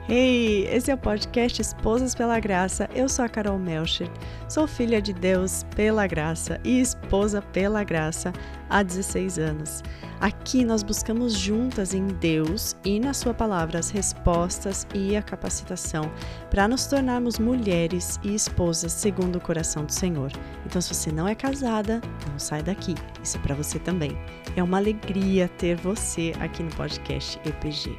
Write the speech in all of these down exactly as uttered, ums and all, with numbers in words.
Hey, esse é o podcast Esposas pela Graça. Eu sou a Carol Melcher, sou filha de Deus pela graça e esposa pela graça há dezesseis anos. Aqui nós buscamos juntas em Deus e na sua palavra as respostas e a capacitação para nos tornarmos mulheres e esposas segundo o coração do Senhor. Então, se você não é casada, não sai daqui. Isso é para você também. É uma alegria ter você aqui no podcast E P G.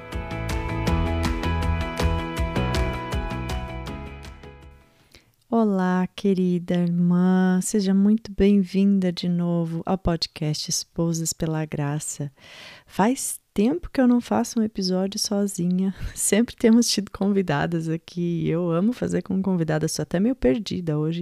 Olá, querida irmã, seja muito bem-vinda de novo ao podcast Esposas pela Graça. Faz tempo que eu não faço um episódio sozinha, sempre temos tido convidadas aqui, eu amo fazer com convidadas, estou até meio perdida hoje,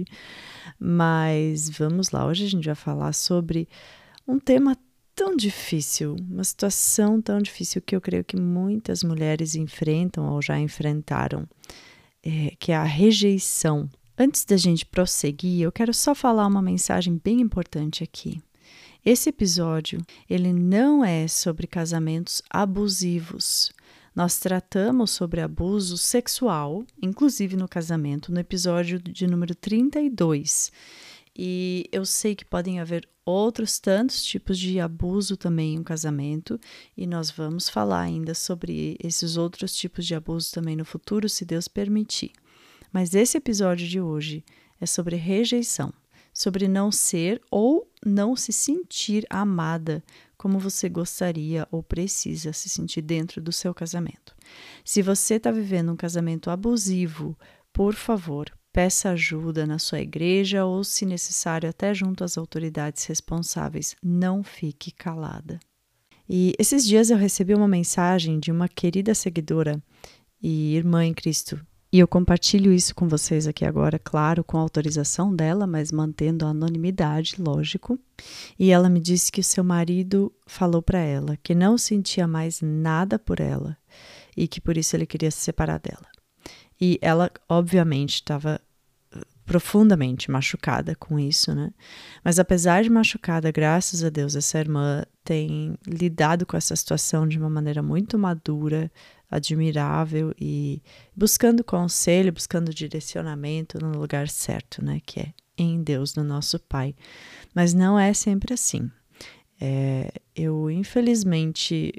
mas vamos lá, hoje a gente vai falar sobre um tema tão difícil, uma situação tão difícil que eu creio que muitas mulheres enfrentam ou já enfrentaram, é, que é a rejeição. Antes da gente prosseguir, eu quero só falar uma mensagem bem importante aqui. Esse episódio, ele não é sobre casamentos abusivos. Nós tratamos sobre abuso sexual, inclusive no casamento, no episódio de número trinta e dois. E eu sei que podem haver outros tantos tipos de abuso também em um casamento, e nós vamos falar ainda sobre esses outros tipos de abuso também no futuro, se Deus permitir. Mas esse episódio de hoje é sobre rejeição, sobre não ser ou não se sentir amada como você gostaria ou precisa se sentir dentro do seu casamento. Se você está vivendo um casamento abusivo, por favor, peça ajuda na sua igreja ou, se necessário, até junto às autoridades responsáveis. Não fique calada. E esses dias eu recebi uma mensagem de uma querida seguidora e irmã em Cristo. E eu compartilho isso com vocês aqui agora, claro, com a autorização dela, mas mantendo a anonimidade, lógico. E ela me disse que o seu marido falou para ela que não sentia mais nada por ela e que por isso ele queria se separar dela. E ela, obviamente, estava profundamente machucada com isso, né? Mas apesar de machucada, graças a Deus, essa irmã tem lidado com essa situação de uma maneira muito madura, admirável e buscando conselho, buscando direcionamento no lugar certo, né? Que é em Deus, no nosso Pai. Mas não é sempre assim. É, eu, infelizmente,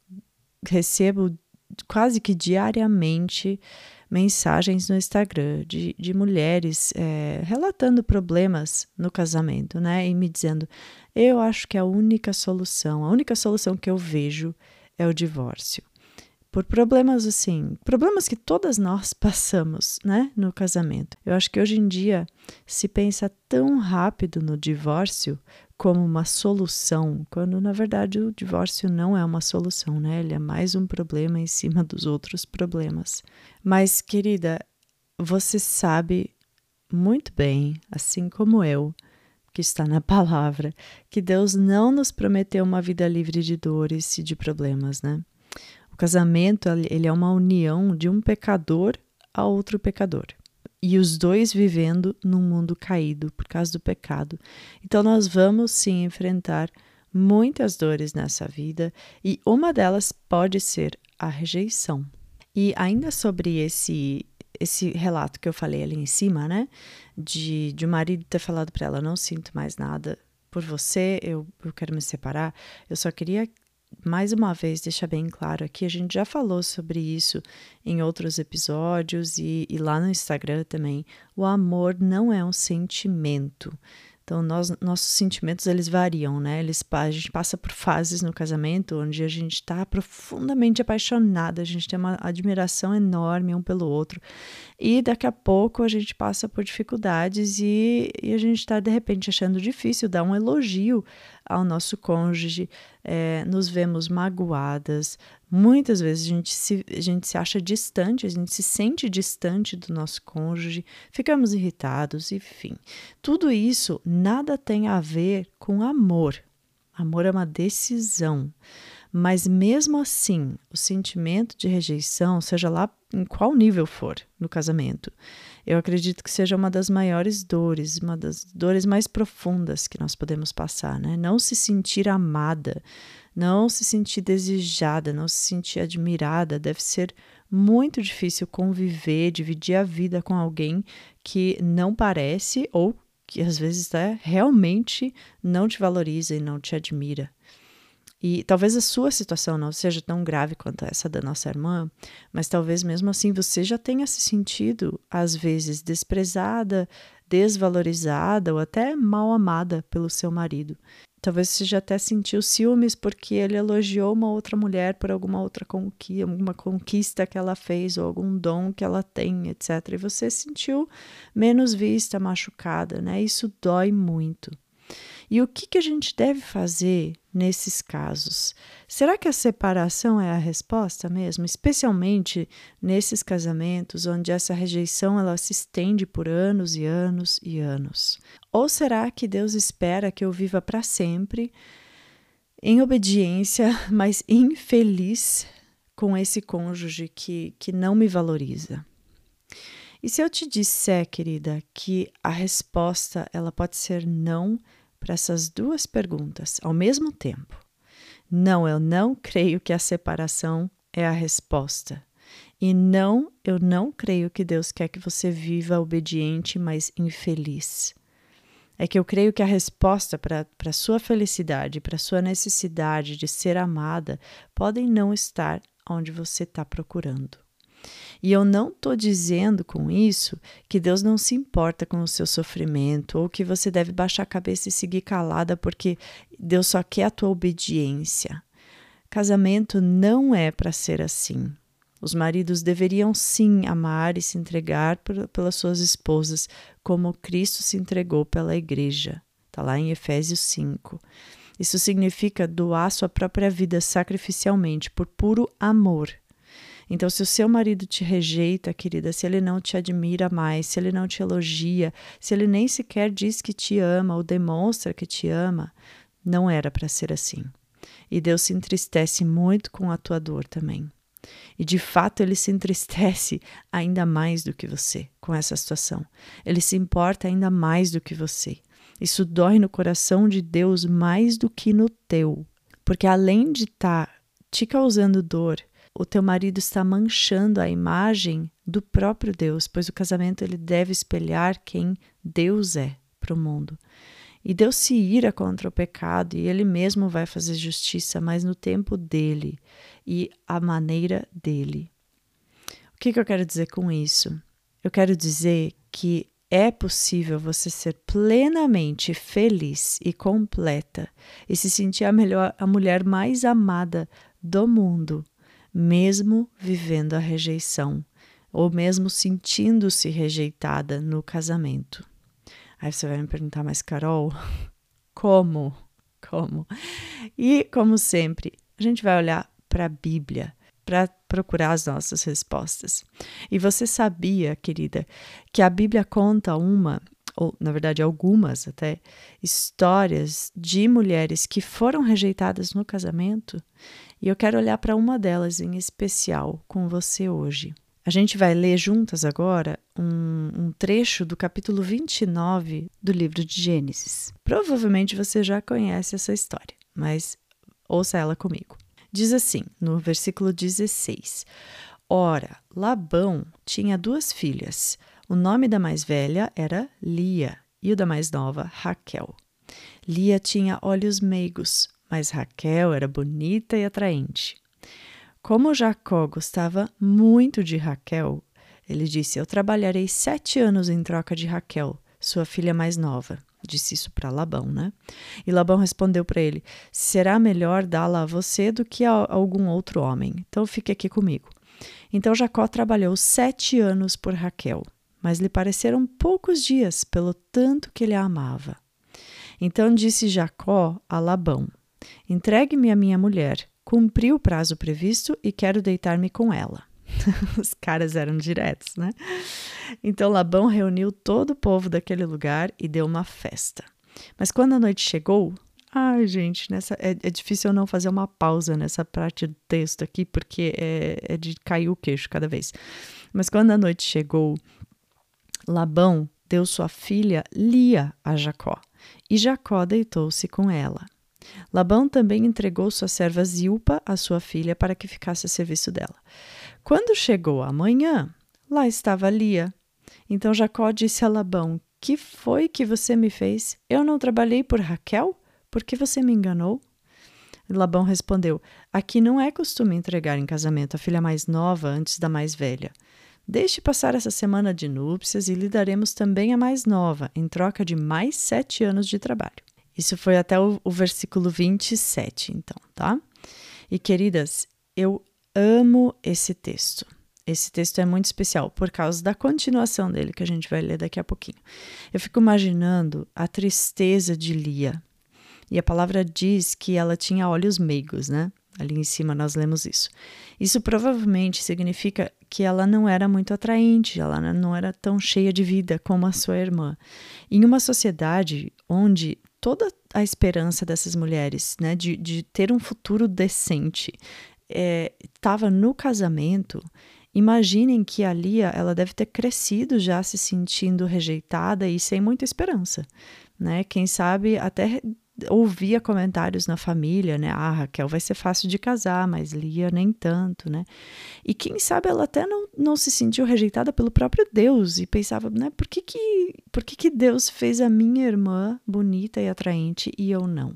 recebo quase que diariamente mensagens no Instagram de, de mulheres é, relatando problemas no casamento, né? E me dizendo, eu acho que a única solução, a única solução que eu vejo é o divórcio. Por problemas assim, problemas que todas nós passamos, né, no casamento. Eu acho que hoje em dia se pensa tão rápido no divórcio como uma solução, quando na verdade o divórcio não é uma solução, né? Ele é mais um problema em cima dos outros problemas. Mas, querida, você sabe muito bem, assim como eu, que está na palavra, que Deus não nos prometeu uma vida livre de dores e de problemas, né? O casamento, ele é uma união de um pecador a outro pecador. E os dois vivendo num mundo caído por causa do pecado. Então, nós vamos sim enfrentar muitas dores nessa vida e uma delas pode ser a rejeição. E ainda sobre esse, esse relato que eu falei ali em cima, né? De, de o marido ter falado para ela, não sinto mais nada por você, eu, eu quero me separar. Eu só queria mais uma vez deixar bem claro aqui, a gente já falou sobre isso em outros episódios e, e lá no Instagram também. O amor não é um sentimento. Então, nós, nossos sentimentos, eles variam, né? Eles, a gente passa por fases no casamento onde a gente está profundamente apaixonada, a gente tem uma admiração enorme um pelo outro. E daqui a pouco a gente passa por dificuldades e, e a gente está, de repente, achando difícil dar um elogio ao nosso cônjuge, é, nos vemos magoadas. Muitas vezes a gente, se, a gente se acha distante, a gente se sente distante do nosso cônjuge, ficamos irritados, enfim. Tudo isso nada tem a ver com amor. Amor é uma decisão. Mas mesmo assim, o sentimento de rejeição, seja lá em qual nível for no casamento, eu acredito que seja uma das maiores dores, uma das dores mais profundas que nós podemos passar, né? Não se sentir amada, não se sentir desejada, não se sentir admirada, deve ser muito difícil conviver, dividir a vida com alguém que não parece ou que às vezes né, realmente não te valoriza e não te admira. E talvez a sua situação não seja tão grave quanto essa da nossa irmã, mas talvez mesmo assim você já tenha se sentido, às vezes, desprezada, desvalorizada ou até mal amada pelo seu marido. Talvez você já até sentiu ciúmes porque ele elogiou uma outra mulher por alguma outra conquista, alguma conquista que ela fez ou algum dom que ela tem, etcétera. E você se sentiu menos vista, machucada, né? Isso dói muito. E o que, que a gente deve fazer nesses casos? Será que a separação é a resposta mesmo? Especialmente nesses casamentos onde essa rejeição ela se estende por anos e anos e anos. Ou será que Deus espera que eu viva para sempre em obediência, mas infeliz com esse cônjuge que, que não me valoriza? E se eu te disser, querida, que a resposta ela pode ser não para essas duas perguntas ao mesmo tempo. Não, eu não creio que a separação é a resposta. E não, eu não creio que Deus quer que você viva obediente, mas infeliz. É que eu creio que a resposta para a sua felicidade, para a sua necessidade de ser amada, podem não estar onde você está procurando. E eu não estou dizendo com isso que Deus não se importa com o seu sofrimento ou que você deve baixar a cabeça e seguir calada porque Deus só quer a tua obediência. Casamento não é para ser assim. Os maridos deveriam sim amar e se entregar por, pelas suas esposas como Cristo se entregou pela igreja. Está lá em Efésios cinco. Isso significa doar sua própria vida sacrificialmente por puro amor. Então, se o seu marido te rejeita, querida, se ele não te admira mais, se ele não te elogia, se ele nem sequer diz que te ama ou demonstra que te ama, não era para ser assim. E Deus se entristece muito com a tua dor também. E de fato ele se entristece ainda mais do que você com essa situação. Ele se importa ainda mais do que você. Isso dói no coração de Deus mais do que no teu. Porque além de estar te causando dor, o teu marido está manchando a imagem do próprio Deus, pois o casamento ele deve espelhar quem Deus é para o mundo. E Deus se ira contra o pecado e Ele mesmo vai fazer justiça, mas no tempo dele e à maneira dele. O que, que eu quero dizer com isso? Eu quero dizer que é possível você ser plenamente feliz e completa e se sentir a, melhor, a mulher mais amada do mundo, mesmo vivendo a rejeição, ou mesmo sentindo-se rejeitada no casamento. Aí você vai me perguntar, mas Carol, como? Como? E, como sempre, a gente vai olhar para a Bíblia para procurar as nossas respostas. E você sabia, querida, que a Bíblia conta uma, ou na verdade algumas até, histórias de mulheres que foram rejeitadas no casamento? E eu quero olhar para uma delas em especial com você hoje. A gente vai ler juntas agora um, um trecho do capítulo vinte e nove do livro de Gênesis. Provavelmente você já conhece essa história, mas ouça ela comigo. Diz assim, no versículo dezesseis: Ora, Labão tinha duas filhas. O nome da mais velha era Lia e o da mais nova, Raquel. Lia tinha olhos meigos, mas Raquel era bonita e atraente. Como Jacó gostava muito de Raquel, ele disse: Eu trabalharei sete anos em troca de Raquel, sua filha mais nova. Disse isso para Labão, né? E Labão respondeu para ele: Será melhor dá-la a você do que a algum outro homem. Então fique aqui comigo. Então Jacó trabalhou sete anos por Raquel, mas lhe pareceram poucos dias pelo tanto que ele a amava. Então disse Jacó a Labão: Entregue-me a minha mulher. Cumpri o prazo previsto e quero deitar-me com ela. Os caras eram diretos, né? Então Labão reuniu todo o povo daquele lugar e deu uma festa. Mas quando a noite chegou... Ai, gente, nessa, é, é difícil eu não fazer uma pausa nessa parte do texto aqui, porque é, é de cair o queixo cada vez. Mas quando a noite chegou, Labão deu sua filha Lia a Jacó, e Jacó deitou-se com ela. Labão também entregou sua serva Zilpa, a sua filha, para que ficasse a serviço dela. Quando chegou a manhã, lá estava Lia. Então Jacó disse a Labão: que foi que você me fez? Eu não trabalhei por Raquel? Por que você me enganou? Labão respondeu: aqui não é costume entregar em casamento a filha mais nova antes da mais velha. Deixe passar essa semana de núpcias e lhe daremos também a mais nova, em troca de mais sete anos de trabalho. Isso foi até o, o versículo vinte e sete, então, tá? E, queridas, eu amo esse texto. Esse texto é muito especial por causa da continuação dele, que a gente vai ler daqui a pouquinho. Eu fico imaginando a tristeza de Lia. E a palavra diz que ela tinha olhos meigos, né? Ali em cima nós lemos isso. Isso provavelmente significa que ela não era muito atraente, ela não era tão cheia de vida como a sua irmã. Em uma sociedade onde toda a esperança dessas mulheres, né, de, de ter um futuro decente, estava é, no casamento, imaginem que a Lia, ela deve ter crescido já se sentindo rejeitada e sem muita esperança, né? Quem sabe até ouvia comentários na família, né? Ah, Raquel vai ser fácil de casar, mas Lia nem tanto, né? E quem sabe ela até não, não se sentiu rejeitada pelo próprio Deus e pensava, né? Por que que, por que que Deus fez a minha irmã bonita e atraente e eu não?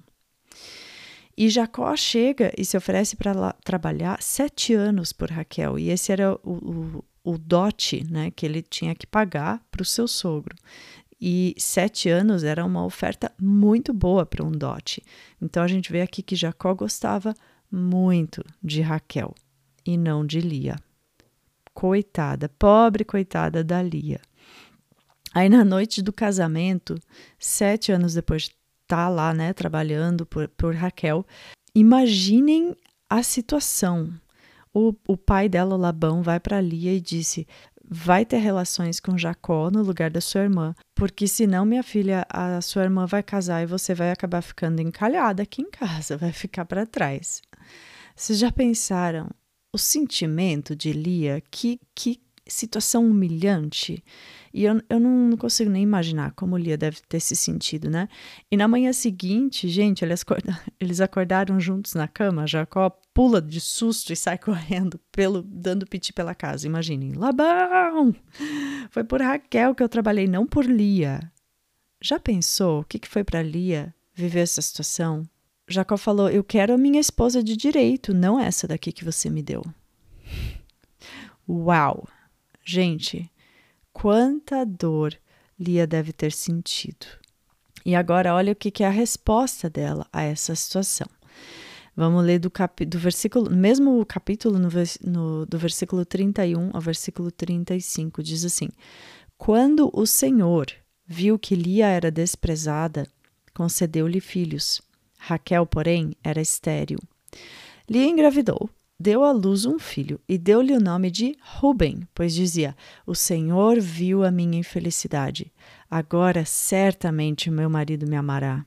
E Jacó chega e se oferece para trabalhar sete anos por Raquel. E esse era o, o, o dote, né, que ele tinha que pagar para o seu sogro. E sete anos era uma oferta muito boa para um dote. Então a gente vê aqui que Jacó gostava muito de Raquel e não de Lia. Coitada, pobre coitada da Lia. Aí na noite do casamento, sete anos depois de estar lá, né, trabalhando por, por Raquel, imaginem a situação. O, o pai dela, Labão, vai para Lia e disse: vai ter relações com Jacó no lugar da sua irmã, porque senão, minha filha, a sua irmã vai casar e você vai acabar ficando encalhada aqui em casa, vai ficar para trás. Vocês já pensaram o sentimento de Lia? Que, que situação humilhante. E eu, eu não consigo nem imaginar como Lia deve ter se sentido, né? E na manhã seguinte, gente, eles, acorda, eles acordaram juntos na cama. Jacó pula de susto e sai correndo, pelo, dando piti pela casa. Imaginem, Labão! Foi por Raquel que eu trabalhei, não por Lia. Já pensou o que, que foi para Lia viver essa situação? Jacó falou: eu quero a minha esposa de direito, não essa daqui que você me deu. Uau! Gente, quanta dor Lia deve ter sentido. E agora olha o que, que é a resposta dela a essa situação. Vamos ler do, cap, do versículo, mesmo o capítulo no, no, do versículo trinta e um ao versículo trinta e cinco, diz assim: quando o Senhor viu que Lia era desprezada, concedeu-lhe filhos. Raquel, porém, era estéril. Lia engravidou, deu à luz um filho e deu-lhe o nome de Ruben, pois dizia: o Senhor viu a minha infelicidade. Agora certamente meu marido me amará.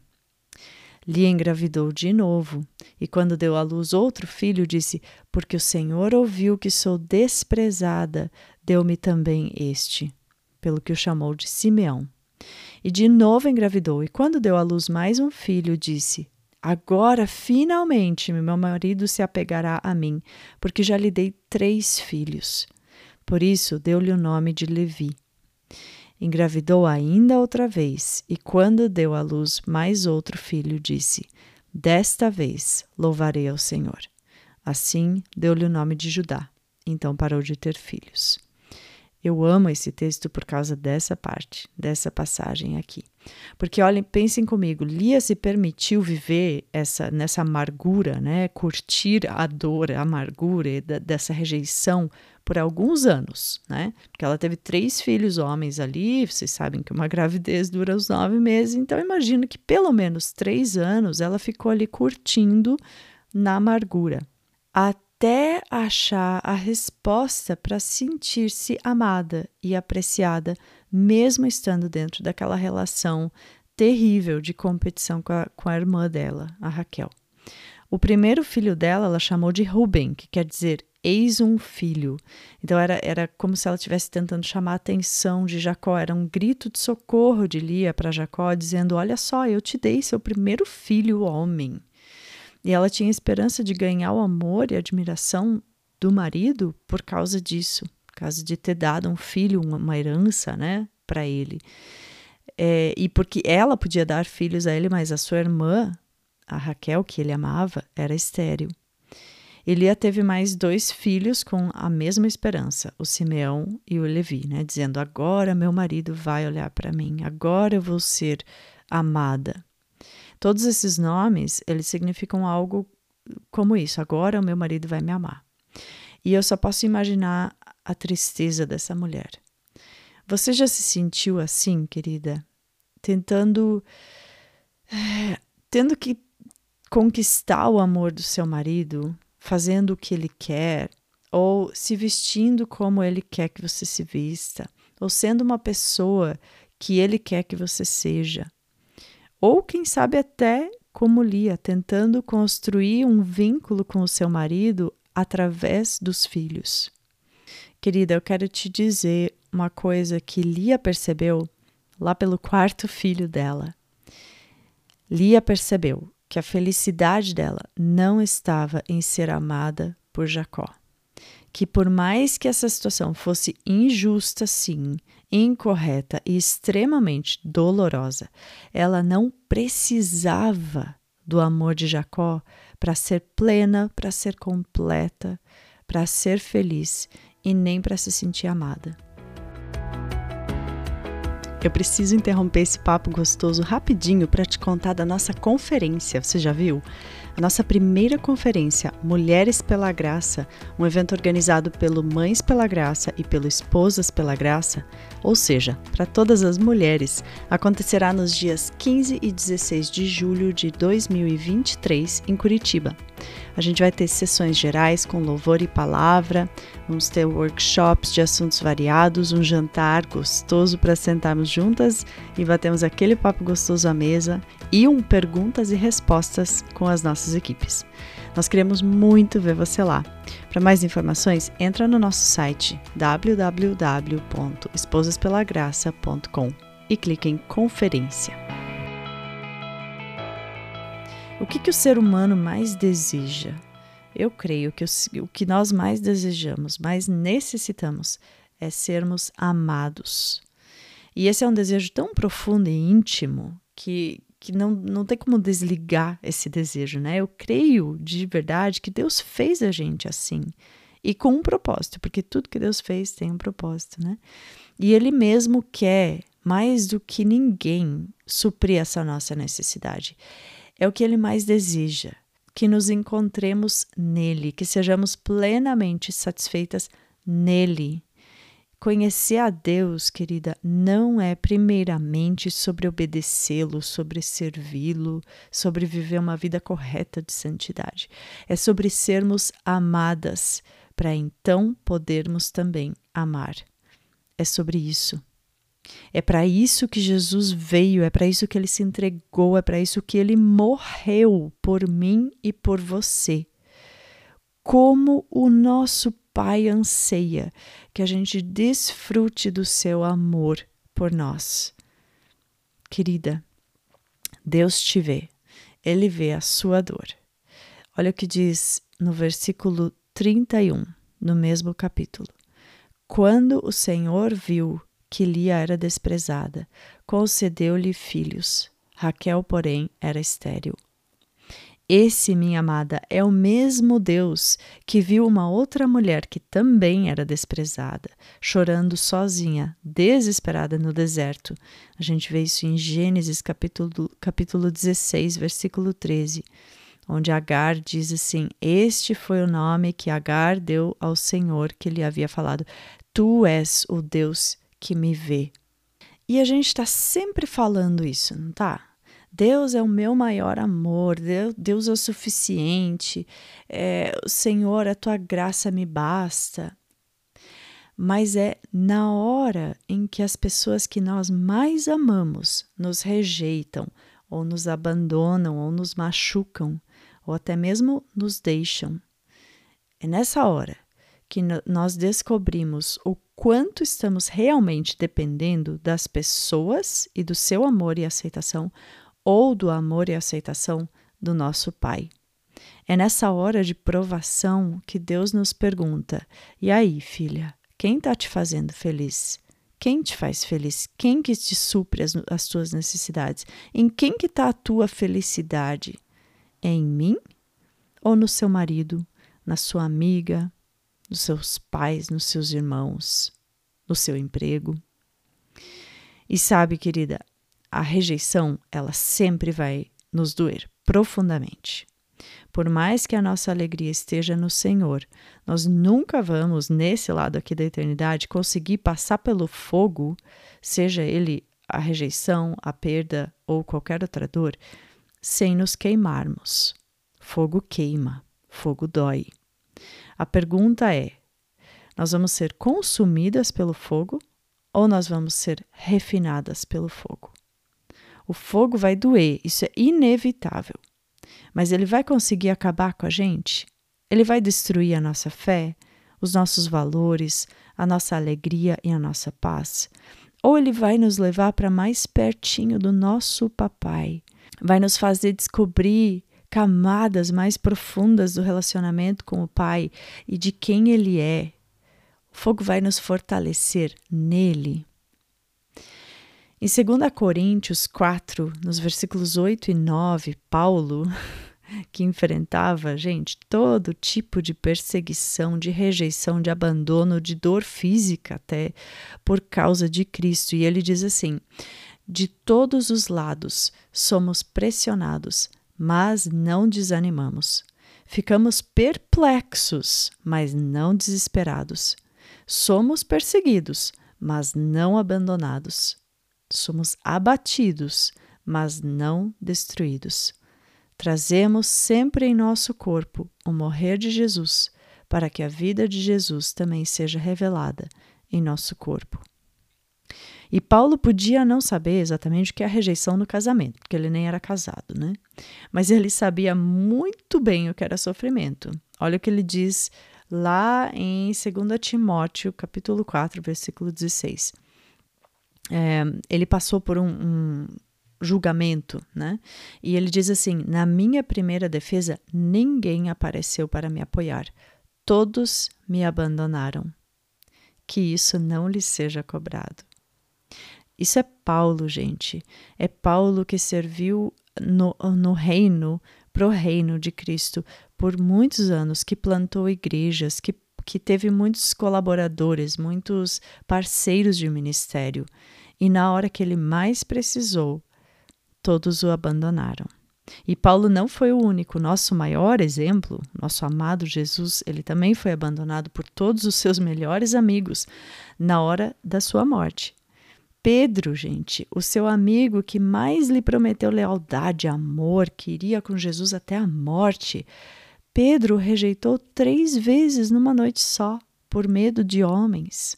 Lia engravidou de novo e quando deu à luz outro filho, disse: porque o Senhor ouviu que sou desprezada, deu-me também este, pelo que o chamou de Simeão. E de novo engravidou e quando deu à luz mais um filho, disse: agora, finalmente, meu marido se apegará a mim, porque já lhe dei três filhos. Por isso, deu-lhe o nome de Levi. Engravidou ainda outra vez, e quando deu à luz mais outro filho, disse: desta vez louvarei ao Senhor. Assim, deu-lhe o nome de Judá. Então parou de ter filhos. Eu amo esse texto por causa dessa parte, dessa passagem aqui. Porque, olhem, pensem comigo, Lia se permitiu viver essa, nessa amargura, né? Curtir a dor, a amargura da, dessa rejeição por alguns anos, né? Porque ela teve três filhos homens ali, vocês sabem que uma gravidez dura os nove meses, então imagino que pelo menos três anos ela ficou ali curtindo na amargura. Até até achar a resposta para sentir-se amada e apreciada, mesmo estando dentro daquela relação terrível de competição com a, com a irmã dela, a Raquel. O primeiro filho dela, ela chamou de Ruben, que quer dizer eis um filho. Então era, era como se ela estivesse tentando chamar a atenção de Jacó, era um grito de socorro de Lia para Jacó, dizendo: olha só, eu te dei seu primeiro filho homem. E ela tinha esperança de ganhar o amor e a admiração do marido por causa disso, por causa de ter dado um filho, uma, uma herança, né, para ele. É, e porque ela podia dar filhos a ele, mas a sua irmã, a Raquel, que ele amava, era estéril. E Lia teve mais dois filhos com a mesma esperança, o Simeão e o Levi, né? Dizendo, agora meu marido vai olhar para mim, agora eu vou ser amada. Todos esses nomes, eles significam algo como isso, agora o meu marido vai me amar. E eu só posso imaginar a tristeza dessa mulher. Você já se sentiu assim, querida? Tentando, é, tendo que conquistar o amor do seu marido, fazendo o que ele quer, ou se vestindo como ele quer que você se vista, ou sendo uma pessoa que ele quer que você seja. Ou, quem sabe, até como Lia, tentando construir um vínculo com o seu marido através dos filhos. Querida, eu quero te dizer uma coisa que Lia percebeu lá pelo quarto filho dela. Lia percebeu que a felicidade dela não estava em ser amada por Jacó. Que por mais que essa situação fosse injusta, sim, incorreta e extremamente dolorosa, ela não precisava do amor de Jacó para ser plena, para ser completa, para ser feliz e nem para se sentir amada. Eu preciso interromper esse papo gostoso rapidinho para te contar da nossa conferência. Você já viu? A nossa primeira conferência, Mulheres pela Graça, um evento organizado pelo Mães pela Graça e pelo Esposas pela Graça, ou seja, para todas as mulheres, acontecerá nos dias quinze e dezesseis de julho de dois mil e vinte e três em Curitiba. A gente vai ter sessões gerais com louvor e palavra, vamos ter workshops de assuntos variados, um jantar gostoso para sentarmos juntas e batemos aquele papo gostoso à mesa e um perguntas e respostas com as nossas equipes. Nós queremos muito ver você lá. Para mais informações, entra no nosso site w w w ponto esposas pela graça ponto com e clique em Conferência. O que, que o ser humano mais deseja? Eu creio que o, o que nós mais desejamos, mais necessitamos, é sermos amados. E esse é um desejo tão profundo e íntimo que, que não, não tem como desligar esse desejo, né? Eu creio de verdade que Deus fez a gente assim e com um propósito, porque tudo que Deus fez tem um propósito, né? E Ele mesmo quer, mais do que ninguém, suprir essa nossa necessidade. É o que Ele mais deseja, que nos encontremos nele, que sejamos plenamente satisfeitas nele. Conhecer a Deus, querida, não é primeiramente sobre obedecê-lo, sobre servi-lo, sobre viver uma vida correta de santidade. É sobre sermos amadas, para então podermos também amar. É sobre isso. É para isso que Jesus veio, é para isso que Ele se entregou, é para isso que Ele morreu por mim e por você. Como o nosso Pai anseia que a gente desfrute do seu amor por nós. Querida, Deus te vê, Ele vê a sua dor. Olha o que diz no versículo trinta e um, no mesmo capítulo. Quando o Senhor viu que Lia era desprezada, concedeu-lhe filhos. Raquel, porém, era estéril. Esse, minha amada, é o mesmo Deus que viu uma outra mulher que também era desprezada, chorando sozinha, desesperada no deserto. A gente vê isso em Gênesis capítulo, capítulo dezesseis, versículo treze, onde Agar diz assim, este foi o nome que Agar deu ao Senhor que lhe havia falado, tu és o Deus que me vê. E a gente está sempre falando isso, não tá? Deus é o meu maior amor, Deus, Deus é o suficiente, é, Senhor, a tua graça me basta. Mas é na hora em que as pessoas que nós mais amamos nos rejeitam, ou nos abandonam, ou nos machucam, ou até mesmo nos deixam. É nessa hora que nós descobrimos o quanto estamos realmente dependendo das pessoas e do seu amor e aceitação, ou do amor e aceitação do nosso Pai. É nessa hora de provação que Deus nos pergunta: e aí, filha, quem está te fazendo feliz? Quem te faz feliz? Quem que te supre as, as tuas necessidades? Em quem que está a tua felicidade? É em mim ou no seu marido, na sua amiga, nos seus pais, nos seus irmãos, no seu emprego? E sabe, querida, a rejeição, ela sempre vai nos doer profundamente. Por mais que a nossa alegria esteja no Senhor, nós nunca vamos, nesse lado aqui da eternidade, conseguir passar pelo fogo, seja ele a rejeição, a perda ou qualquer outra dor, sem nos queimarmos. Fogo queima, fogo dói. A pergunta é: nós vamos ser consumidas pelo fogo ou nós vamos ser refinadas pelo fogo? O fogo vai doer, isso é inevitável. Mas ele vai conseguir acabar com a gente? Ele vai destruir a nossa fé, os nossos valores, a nossa alegria e a nossa paz? Ou ele vai nos levar para mais pertinho do nosso papai? Vai nos fazer descobrir camadas mais profundas do relacionamento com o Pai e de quem Ele é? O fogo vai nos fortalecer nele. Em dois Coríntios quatro, nos versículos oito e nove, Paulo, que enfrentava, gente, todo tipo de perseguição, de rejeição, de abandono, de dor física até, por causa de Cristo. E ele diz assim: de todos os lados somos pressionados, mas não desanimamos. Ficamos perplexos, mas não desesperados. Somos perseguidos, mas não abandonados. Somos abatidos, mas não destruídos. Trazemos sempre em nosso corpo o morrer de Jesus, para que a vida de Jesus também seja revelada em nosso corpo. E Paulo podia não saber exatamente o que é a rejeição no casamento, porque ele nem era casado, né? Mas ele sabia muito bem o que era sofrimento. Olha o que ele diz lá em dois Timóteo, capítulo quatro, versículo dezesseis. É, ele passou por um, um julgamento, né? E ele diz assim: na minha primeira defesa, ninguém apareceu para me apoiar. Todos me abandonaram. Que isso não lhe seja cobrado. Isso é Paulo, gente. É Paulo que serviu no, no reino, pro reino de Cristo por muitos anos, que plantou igrejas, que, que teve muitos colaboradores, muitos parceiros de ministério. E na hora que ele mais precisou, todos o abandonaram. E Paulo não foi o único. Nosso maior exemplo, nosso amado Jesus, ele também foi abandonado por todos os seus melhores amigos na hora da sua morte. Pedro, gente, o seu amigo que mais lhe prometeu lealdade, amor, que iria com Jesus até a morte, Pedro rejeitou três vezes numa noite só, por medo de homens.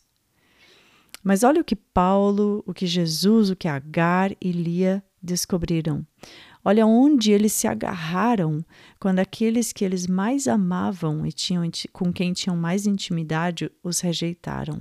Mas olha o que Paulo, o que Jesus, o que Agar e Lia descobriram. Olha onde eles se agarraram quando aqueles que eles mais amavam e tinham, com quem tinham mais intimidade os rejeitaram.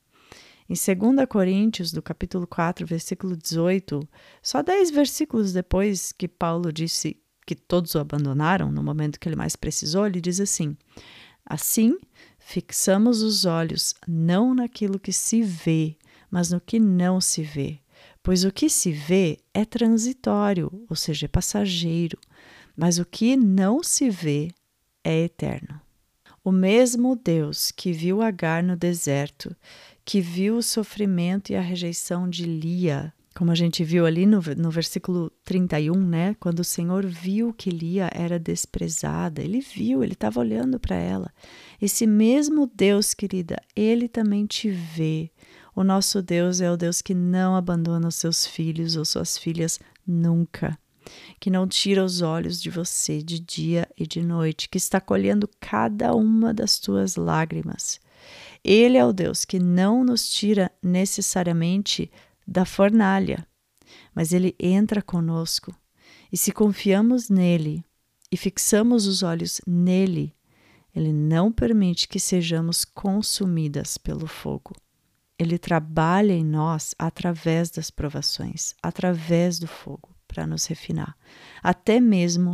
Em dois Coríntios, do capítulo quatro, versículo dezoito, só dez versículos depois que Paulo disse que todos o abandonaram, no momento que ele mais precisou, ele diz assim: assim, fixamos os olhos não naquilo que se vê, mas no que não se vê. Pois o que se vê é transitório, ou seja, é passageiro, mas o que não se vê é eterno. O mesmo Deus que viu Agar no deserto, que viu o sofrimento e a rejeição de Lia, como a gente viu ali no, no versículo trinta e um, né? Quando o Senhor viu que Lia era desprezada, ele viu, ele estava olhando para ela. Esse mesmo Deus, querida, ele também te vê. O nosso Deus é o Deus que não abandona os seus filhos ou suas filhas nunca, que não tira os olhos de você de dia e de noite, que está colhendo cada uma das tuas lágrimas. Ele é o Deus que não nos tira necessariamente da fornalha, mas ele entra conosco. E se confiamos nele e fixamos os olhos nele, ele não permite que sejamos consumidas pelo fogo. Ele trabalha em nós através das provações, através do fogo, para nos refinar, até mesmo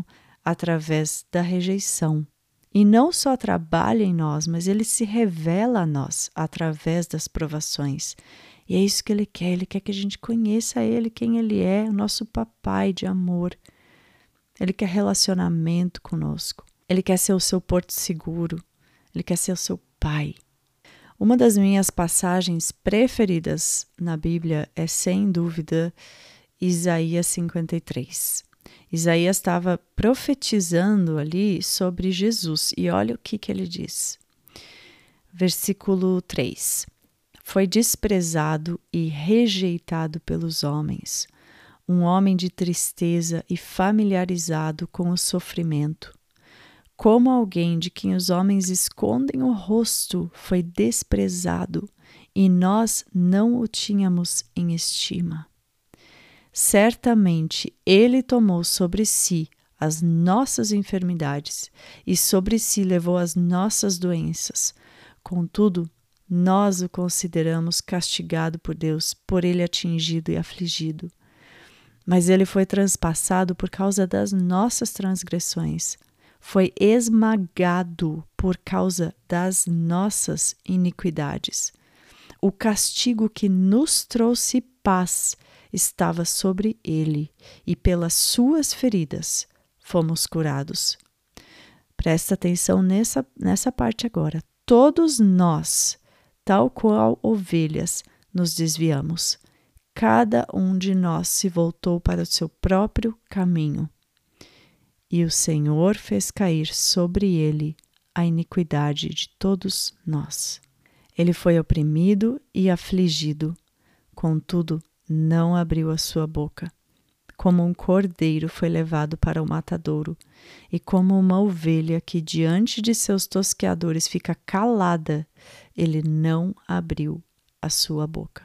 através da rejeição. E não só trabalha em nós, mas Ele se revela a nós através das provações. E é isso que Ele quer. Ele quer que a gente conheça Ele, quem Ele é, o nosso papai de amor. Ele quer relacionamento conosco. Ele quer ser o seu porto seguro. Ele quer ser o seu pai. Uma das minhas passagens preferidas na Bíblia é, sem dúvida, Isaías cinquenta e três. Isaías estava profetizando ali sobre Jesus. E olha o que, que ele diz. Versículo três. Foi desprezado e rejeitado pelos homens, um homem de tristeza e familiarizado com o sofrimento. Como alguém de quem os homens escondem o rosto, foi desprezado, e nós não o tínhamos em estima. Certamente ele tomou sobre si as nossas enfermidades e sobre si levou as nossas doenças. Contudo, nós o consideramos castigado por Deus, por ele atingido e afligido. Mas ele foi transpassado por causa das nossas transgressões, foi esmagado por causa das nossas iniquidades. O castigo que nos trouxe paz estava sobre ele, e pelas suas feridas fomos curados. Presta atenção nessa, nessa parte agora. Todos nós, tal qual ovelhas, nos desviamos. Cada um de nós se voltou para o seu próprio caminho. E o Senhor fez cair sobre ele a iniquidade de todos nós. Ele foi oprimido e afligido, contudo, não abriu a sua boca. Como um cordeiro foi levado para o matadouro, e como uma ovelha que diante de seus tosqueadores fica calada, ele não abriu a sua boca.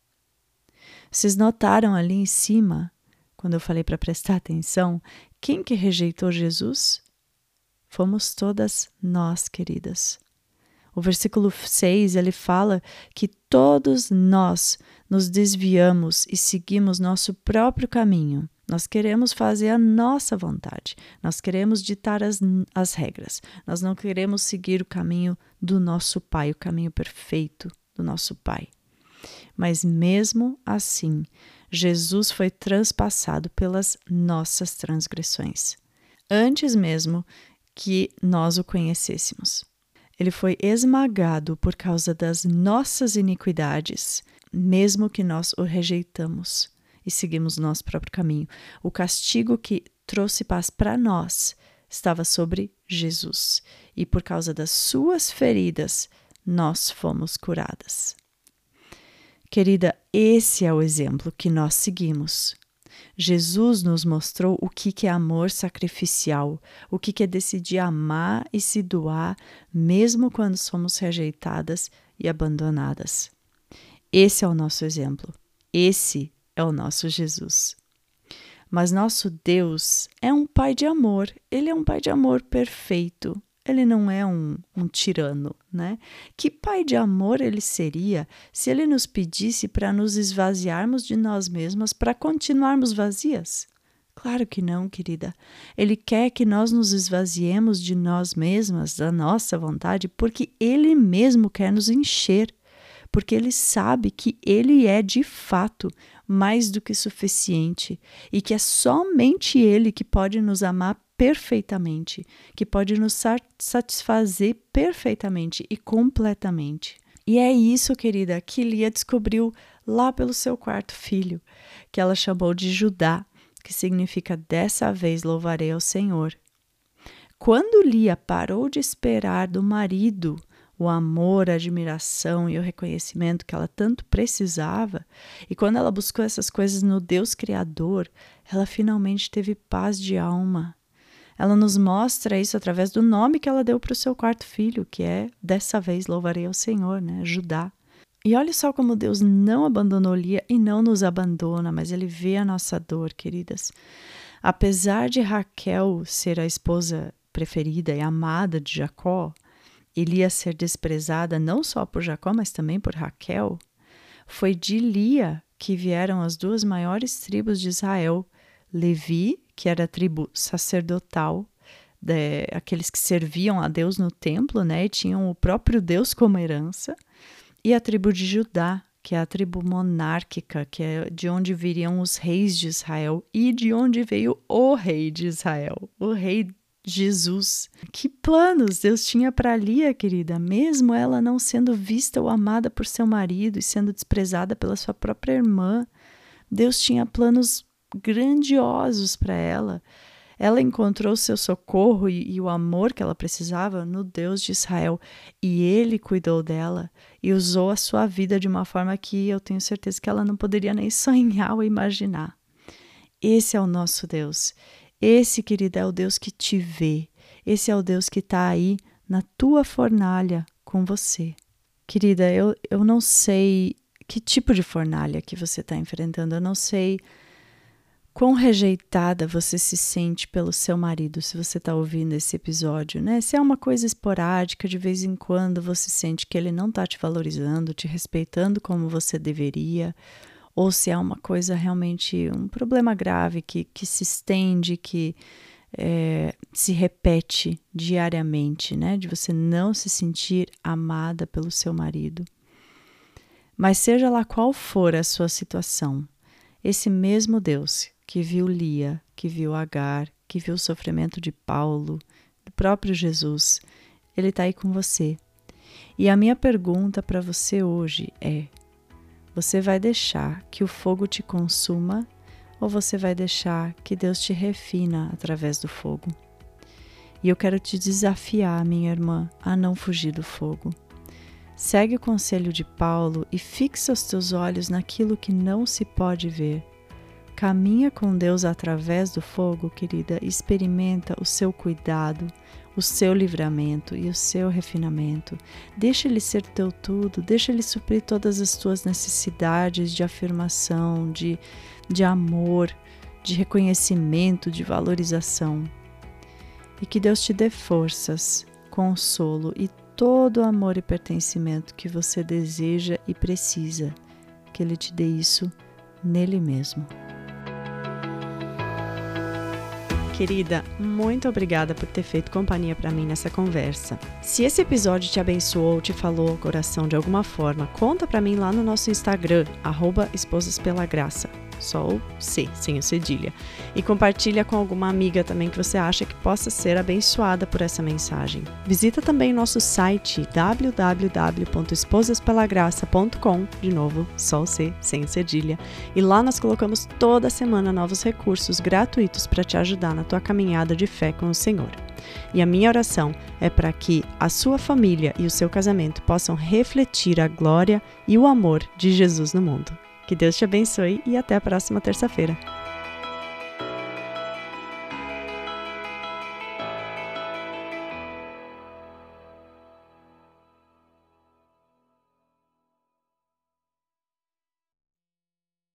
Vocês notaram ali em cima, quando eu falei para prestar atenção, quem que rejeitou Jesus? Fomos todas nós, queridas. O versículo seis, ele fala que todos nós nos desviamos e seguimos nosso próprio caminho. Nós queremos fazer a nossa vontade. Nós queremos ditar as, as regras. Nós não queremos seguir o caminho do nosso Pai, o caminho perfeito do nosso Pai. Mas mesmo assim, Jesus foi transpassado pelas nossas transgressões, antes mesmo que nós o conhecêssemos. Ele foi esmagado por causa das nossas iniquidades, mesmo que nós o rejeitamos e seguimos nosso próprio caminho. O castigo que trouxe paz para nós estava sobre Jesus, e por causa das suas feridas, nós fomos curadas. Querida, esse é o exemplo que nós seguimos. Jesus nos mostrou o que é amor sacrificial, o que é decidir amar e se doar, mesmo quando somos rejeitadas e abandonadas. Esse é o nosso exemplo. Esse é o nosso Jesus. Mas nosso Deus é um Pai de amor. Ele é um Pai de amor perfeito. Ele não é um, um tirano, né? Que pai de amor ele seria se ele nos pedisse para nos esvaziarmos de nós mesmas para continuarmos vazias? Claro que não, querida. Ele quer que nós nos esvaziemos de nós mesmas, da nossa vontade, porque ele mesmo quer nos encher, porque ele sabe que ele é de fato mais do que suficiente e que é somente ele que pode nos amar perfeitamente, que pode nos satisfazer perfeitamente e completamente. E é isso, querida, que Lia descobriu lá pelo seu quarto filho, que ela chamou de Judá, que significa dessa vez louvarei ao Senhor. Quando Lia parou de esperar do marido o amor, a admiração e o reconhecimento que ela tanto precisava, e quando ela buscou essas coisas no Deus Criador, ela finalmente teve paz de alma. Ela nos mostra isso através do nome que ela deu para o seu quarto filho, que é, dessa vez, louvarei ao Senhor, né? Judá. E olha só como Deus não abandonou Lia e não nos abandona, mas Ele vê a nossa dor, queridas. Apesar de Raquel ser a esposa preferida e amada de Jacó, e Lia ser desprezada não só por Jacó, mas também por Raquel, foi de Lia que vieram as duas maiores tribos de Israel, Levi, que era a tribo sacerdotal, de, aqueles que serviam a Deus no templo, né, e tinham o próprio Deus como herança, e a tribo de Judá, que é a tribo monárquica, que é de onde viriam os reis de Israel e de onde veio o rei de Israel, o rei Jesus. Que planos Deus tinha para Lia, querida, mesmo ela não sendo vista ou amada por seu marido e sendo desprezada pela sua própria irmã. Deus tinha planos grandiosos para ela. Ela encontrou seu socorro e, e o amor que ela precisava no Deus de Israel, e Ele cuidou dela e usou a sua vida de uma forma que eu tenho certeza que ela não poderia nem sonhar ou imaginar. Esse é o nosso Deus. Esse, querida, é o Deus que te vê. Esse é o Deus que está aí na tua fornalha com você. Querida, eu, eu não sei que tipo de fornalha que você está enfrentando, eu não sei quão rejeitada você se sente pelo seu marido, se você está ouvindo esse episódio, né? Se é uma coisa esporádica, de vez em quando você sente que ele não está te valorizando, te respeitando como você deveria, ou se é uma coisa realmente, um problema grave que, que se estende, que é, se repete diariamente, né? De você não se sentir amada pelo seu marido. Mas seja lá qual for a sua situação, esse mesmo Deus que viu Lia, que viu Agar, que viu o sofrimento de Paulo, do próprio Jesus, ele está aí com você. E a minha pergunta para você hoje é: você vai deixar que o fogo te consuma ou você vai deixar que Deus te refina através do fogo? E eu quero te desafiar, minha irmã, a não fugir do fogo. Segue o conselho de Paulo e fixa os teus olhos naquilo que não se pode ver. Caminha com Deus através do fogo, querida, experimenta o seu cuidado, o seu livramento e o seu refinamento. Deixa Ele ser teu tudo, deixa Ele suprir todas as tuas necessidades de afirmação, de, de amor, de reconhecimento, de valorização. E que Deus te dê forças, consolo e todo o amor e pertencimento que você deseja e precisa. Que Ele te dê isso nele mesmo. Querida, muito obrigada por ter feito companhia para mim nessa conversa. Se esse episódio te abençoou ou te falou ao coração de alguma forma, conta para mim lá no nosso Instagram, arroba esposas pela graça. Só o C, sem o cedilha. E compartilha com alguma amiga também que você acha que possa ser abençoada por essa mensagem. Visita também nosso site w w w ponto esposas pela graça ponto com, de novo, só o C, sem o cedilha. E lá nós colocamos toda semana novos recursos gratuitos para te ajudar na tua caminhada de fé com o Senhor. E a minha oração é para que a sua família e o seu casamento possam refletir a glória e o amor de Jesus no mundo. Que Deus te abençoe e até a próxima terça-feira.